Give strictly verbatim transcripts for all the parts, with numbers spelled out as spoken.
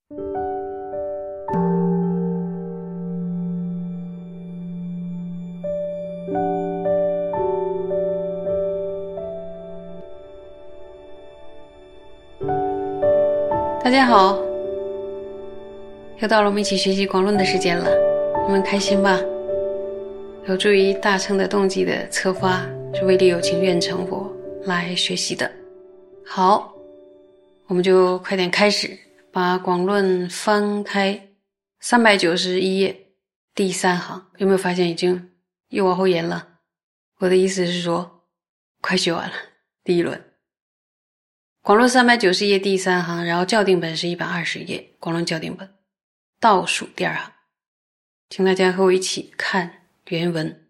大家好，又到了我们一起学习广论的时间了，你们开心吧？有助于大乘的动机的策发，是为利有情愿成佛来学习的。好，我们就快点开始，把广论翻开三百九十一页第三行，有没有发现已经又往后延了？我的意思是说快学完了第一轮。广论三百九十页第三行，然后校订本是一百二十页，广论校订本倒数第二行，请大家和我一起看原文。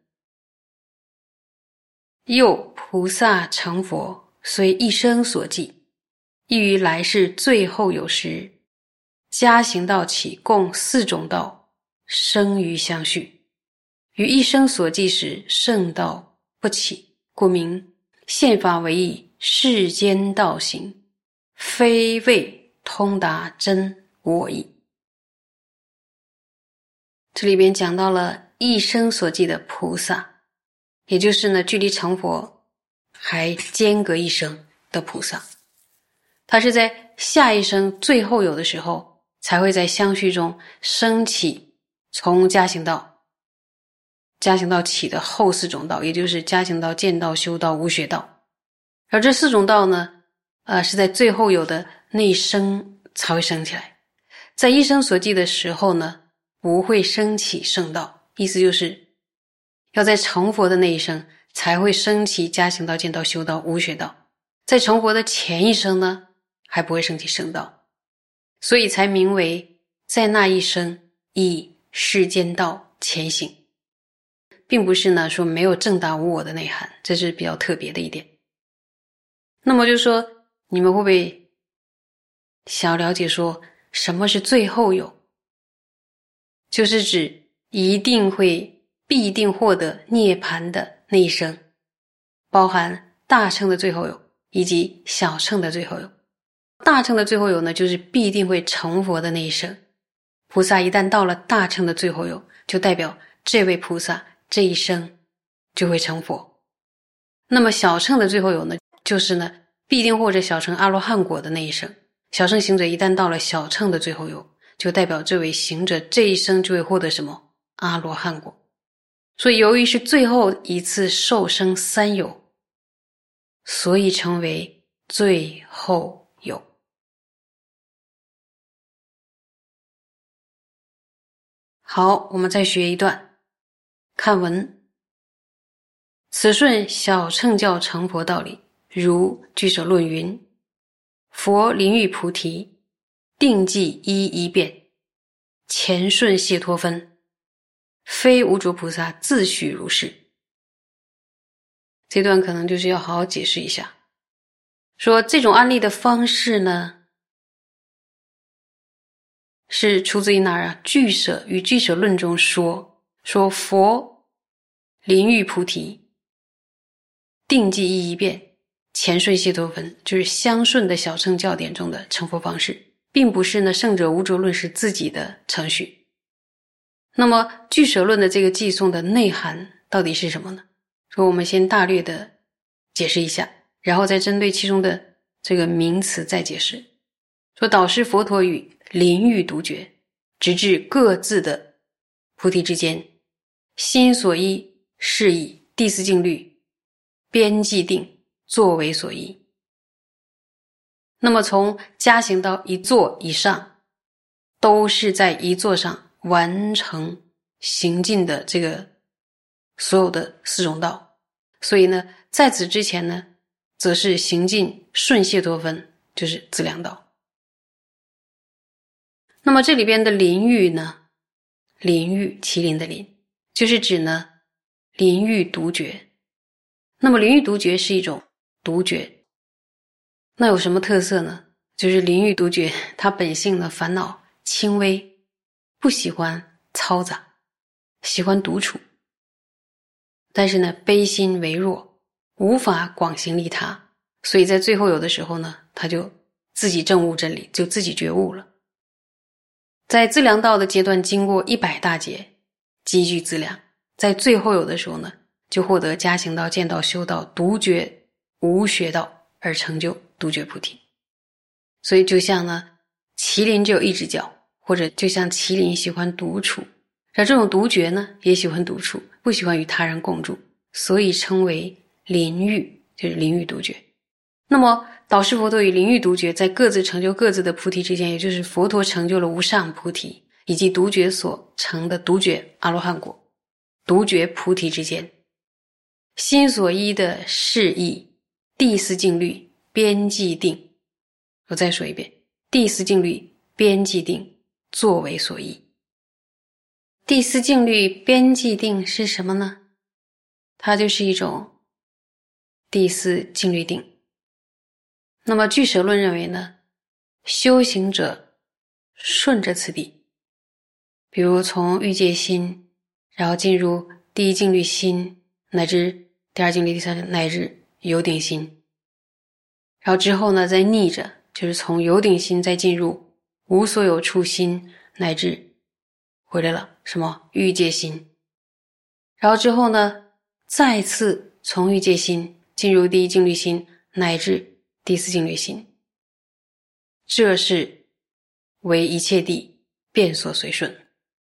又菩萨成佛，虽一生所记，亦于来世最后有时，加行道起共四种道，生于相续。于一生所记时，圣道不起，故名现法为以世间道行，非谓通达真我意。这里边讲到了一生所记的菩萨，也就是呢距离成佛还间隔一生的菩萨，他是在下一生最后有的时候才会在相续中升起从加行道加行道起的后四种道，也就是加行道、见道、修道、无学道。而这四种道呢呃，是在最后有的那一生才会升起来，在一生所记的时候呢不会升起圣道，意思就是要在成佛的那一生才会升起加行道、见道、修道、无学道，在成佛的前一生呢还不会升起圣道，所以才名为在那一生以世间道前行，并不是呢说没有正达无我的内涵，这是比较特别的一点。那么就说你们会不会想要了解说什么是最后有？就是指一定会必定获得涅槃的那一生，包含大乘的最后有以及小乘的最后有。大乘的最后有呢，就是必定会成佛的那一生。菩萨一旦到了大乘的最后有，就代表这位菩萨这一生就会成佛。那么小乘的最后有呢，就是呢必定获得小乘阿罗汉果的那一生。小乘行者一旦到了小乘的最后有，就代表这位行者这一生就会获得什么？阿罗汉果。所以由于是最后一次受生三有，所以称为最后有。好，我们再学一段，看文。此顺小乘教成佛道理，如俱舍论云：佛临欲菩提，定记一一变，前顺解脱分，非无着菩萨自许如是。这段可能就是要好好解释一下，说这种案例的方式呢是出自于哪儿啊？俱舍与俱舍论中说说佛临欲菩提，定记一一变，前顺解脱分，就是相顺的小乘教典中的成佛方式，并不是呢圣者无着论是自己的程序。那么俱舍论的这个寄送的内涵到底是什么呢？说我们先大略的解释一下，然后再针对其中的这个名词再解释。说导师佛陀与临欲独觉，直至各自的菩提之间，心所依是以第四静虑边际定作为所依。那么从加行到一座以上，都是在一座上完成行进的这个所有的四种道。所以呢在此之前呢则是行进顺解脱分，就是资粮道。那么这里边的临欲呢，临欲麒麟的麟，就是指呢临欲独觉。那么临欲独觉是一种独觉，那有什么特色呢？就是临欲独觉它本性的烦恼轻微，不喜欢嘈杂，喜欢独处，但是呢悲心为弱，无法广行利他，所以在最后有的时候呢他就自己证悟真理，就自己觉悟了。 在资粮道的阶段经过一百大劫，积聚资粮，在最后有的时候呢，就获得加行道、见道、修道、独觉无学道，而成就独觉菩提。所以就像呢，麒麟只有一只脚，或者就像麒麟喜欢独处，而这种独觉呢，也喜欢独处，不喜欢与他人共住，所以称为临欲，就是临欲独觉。那么导师佛陀与临欲独觉在各自成就各自的菩提之间，也就是佛陀成就了无上菩提，以及独觉所成的独觉阿罗汉果、独觉菩提之间，心所依的示意第四静虑边际定，我再说一遍，第四静虑边际定作为所依。第四静虑边际定是什么呢？它就是一种第四静虑定。那么俱舍论认为呢，修行者顺着此地，比如从欲界心，然后进入第一静虑心，乃至第二静虑、第三乃至有顶心，然后之后呢再逆着，就是从有顶心再进入无所有处心，乃至回来了什么欲界心，然后之后呢再次从欲界心进入第一静虑心，乃至第四静虑心，这是为一切地变所随顺。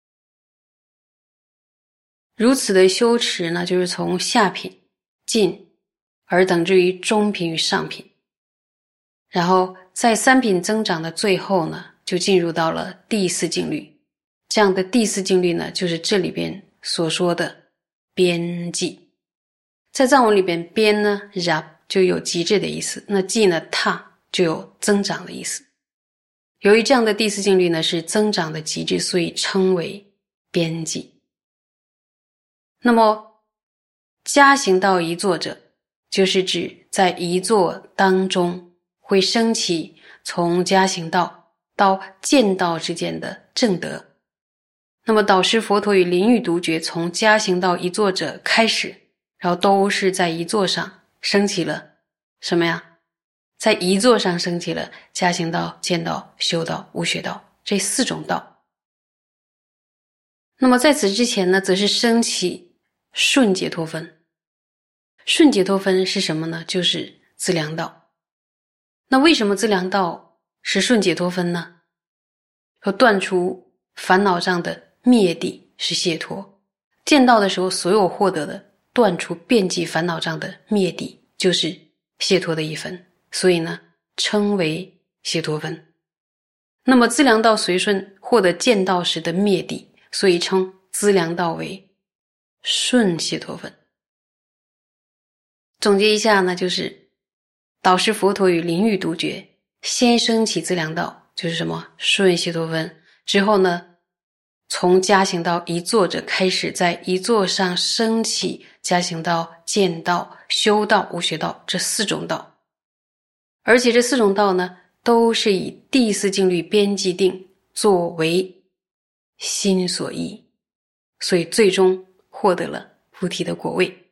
如此的修持呢，就是从下品进而等至于中品与上品，然后在三品增长的最后呢，就进入到了第四静虑。这样的第四静虑呢，就是这里边所说的边际。在藏文里边，边呢 rab 就有极致的意思，那际呢 ta 就有增长的意思。由于这样的第四静虑呢是增长的极致，所以称为边际。那么加行到一座者，就是指在一座当中会升起从加行道到见道之间的正德。那么导师佛陀与临欲独觉从加行到一座者开始，然后都是在一座上升起了什么呀？在一座上升起了加行道、见道、修道、无学道这四种道。那么在此之前呢，则是升起顺解脱分。顺解脱分是什么呢？就是资粮道。那为什么资粮道是顺解脱分呢？要断除烦恼障的灭地是解脱，见道的时候所有获得的断除遍计烦恼障的灭地就是解脱的一分，所以呢称为解脱分。那么资粮道随顺获得见道时的灭地，所以称资粮道为顺解脱分。总结一下呢，就是导师佛陀与临欲独觉先升起资粮道，就是什么顺解脱分，之后呢从加行道一座者开始，在一座上升起加行道、见道、修道、无学道这四种道，而且这四种道呢都是以第四静虑边际定作为心所依，所以最终获得了菩提的果位。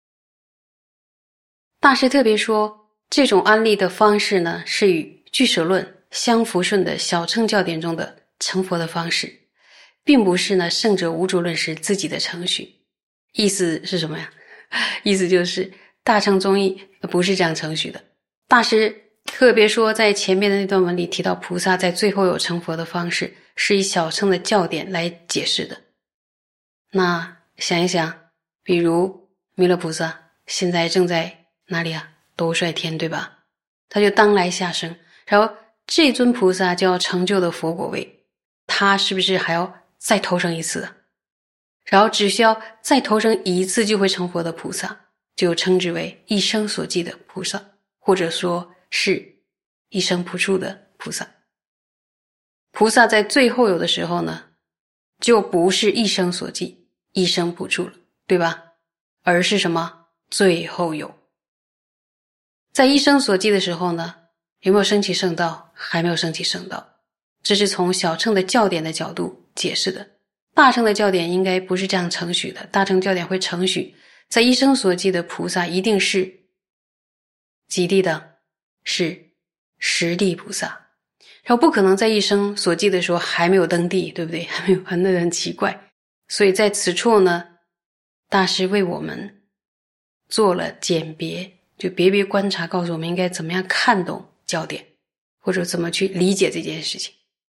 大师特别说，这种安立的方式呢，是与俱舍论相符顺的小乘教典中的成佛的方式，并不是呢圣者无着论时自己的程序。意思是什么呀？意思就是大乘宗义不是这样程序的。大师特别说，在前面的那段文里提到菩萨在最后有成佛的方式是以小乘的教典来解释的。那想一想，比如弥勒菩萨现在正在哪里啊？兜率天，对吧？他就当来下生，然后这尊菩萨就要成就的佛果位，他是不是还要再投生一次啊？然后只需要再投生一次就会成佛的菩萨，就称之为一生所记的菩萨，或者说是一生不住的菩萨。菩萨在最后有的时候呢，就不是一生所记一生不住了，对吧？而是什么？最后有。在一生所记的时候呢，有没有升起圣道？还没有升起圣道。这是从小乘的教典的角度解释的。大乘的教典应该不是这样程序的，大乘教典会程序在一生所记的菩萨一定是几地的？是十地菩萨。 然后不可能在一生所记的时候还没有登地，对不对？还没有，那很奇怪。所以在此处呢，大师为我们做了简别，就别别观察，告诉我们应该怎么样看懂教典，或者怎么去理解这件事情。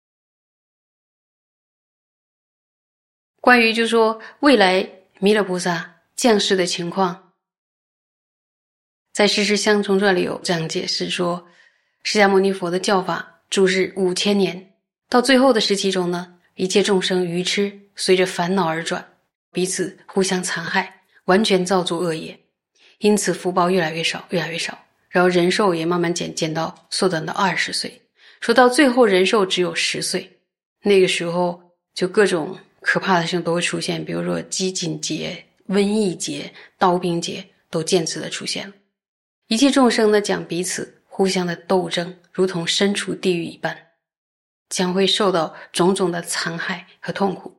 关于就是说未来弥勒菩萨降世的情况，在《世事相从传》里有这样解释说，释迦牟尼佛的教法住世五千年，到最后的时期中呢，一切众生愚痴，随着烦恼而转，彼此互相残害，完全造作恶业，因此福报越来越少，越来越少，然后人寿也慢慢减减到缩短到二十岁，说到最后人寿只有十岁，那个时候就各种可怕的事情都会出现，比如说饥馑劫、瘟疫劫、刀兵劫都渐次的出现了。一切众生呢，将彼此互相的斗争，如同身处地狱一般，将会受到种种的残害和痛苦。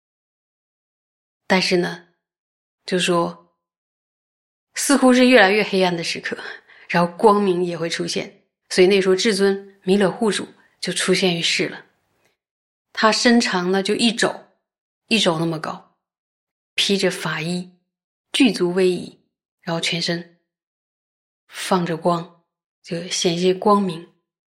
但是呢，就说似乎是越来越黑暗的时刻，然后光明也会出现。所以那时候至尊弥勒护主就出现于世了。他身长呢就一肘，一肘那么高，披着法衣，具足威仪，然后全身放着光，就显现光明。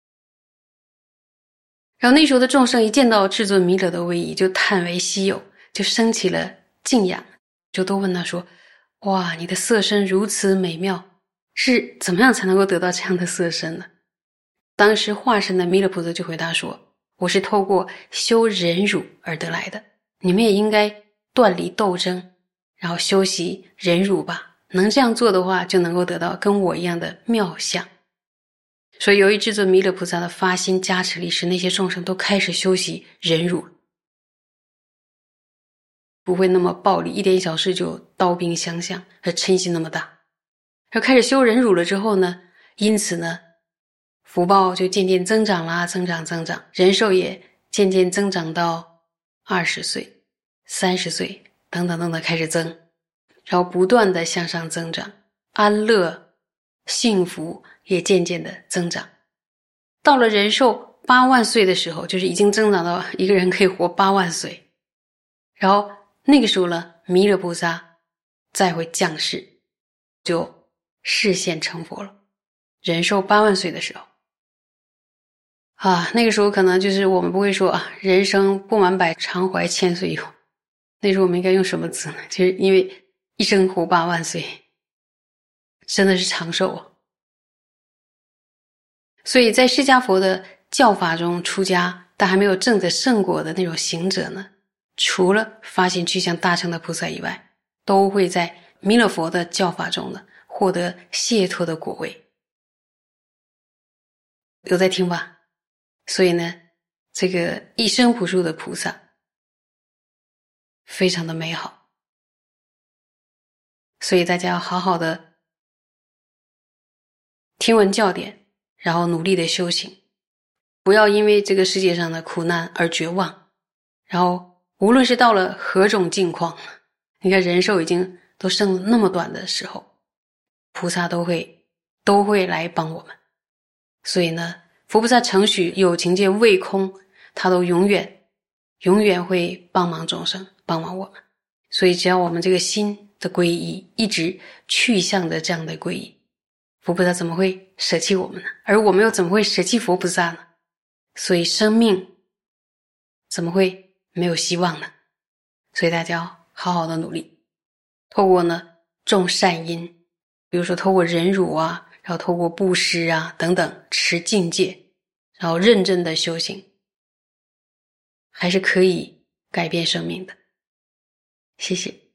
然后那时候的众生一见到至尊弥勒的威仪，就叹为稀有，就升起了敬仰，就都问他说：哇，你的色身如此美妙，是怎么样才能够得到这样的色身呢？当时化身的弥勒菩萨就回答说：我是透过修忍辱而得来的，你们也应该断离斗争，然后修习忍辱吧，能这样做的话，就能够得到跟我一样的妙相。所以由于至尊弥勒菩萨的发心加持力，使那些众生都开始修习忍辱，不会那么暴力，一点小事就刀兵相向，而嗔心那么大。而开始修忍辱了之后呢，因此呢，福报就渐渐增长啦，增长增长，人寿也渐渐增长到二十岁、三十岁等等等等开始增，然后不断的向上增长，安乐、幸福也渐渐的增长。到了人寿八万岁的时候，就是已经增长到一个人可以活八万岁。然后那个时候呢，弥勒菩萨再会降世，就示现成佛了。人寿八万岁的时候。啊，那个时候可能就是我们不会说啊，人生不满百，常怀千岁忧。那时候我们应该用什么字呢？其实因为一生活八万岁，真的是长寿啊。所以在释迦佛的教法中出家，但还没有证得圣果的那种行者呢，除了发心去向大乘的菩萨以外，都会在弥勒佛的教法中呢，获得解脱的果位。有在听吧？所以呢，这个一生普树的菩萨非常的美好，所以大家要好好的听闻教典，然后努力的修行，不要因为这个世界上的苦难而绝望。然后无论是到了何种境况，你看人寿已经都剩了那么短的时候，菩萨都会都会来帮我们。所以呢，佛菩萨承许有情界未空，他都永远永远会帮忙众生，帮忙我们。所以只要我们这个心的皈依一直去向着这样的皈依，佛菩萨怎么会舍弃我们呢？而我们又怎么会舍弃佛菩萨呢？所以生命怎么会没有希望呢？所以大家要好好的努力，透过呢种善因，比如说透过忍辱啊，然后透过布施啊等等，持境界，然后认真的修行，还是可以改变生命的。谢谢。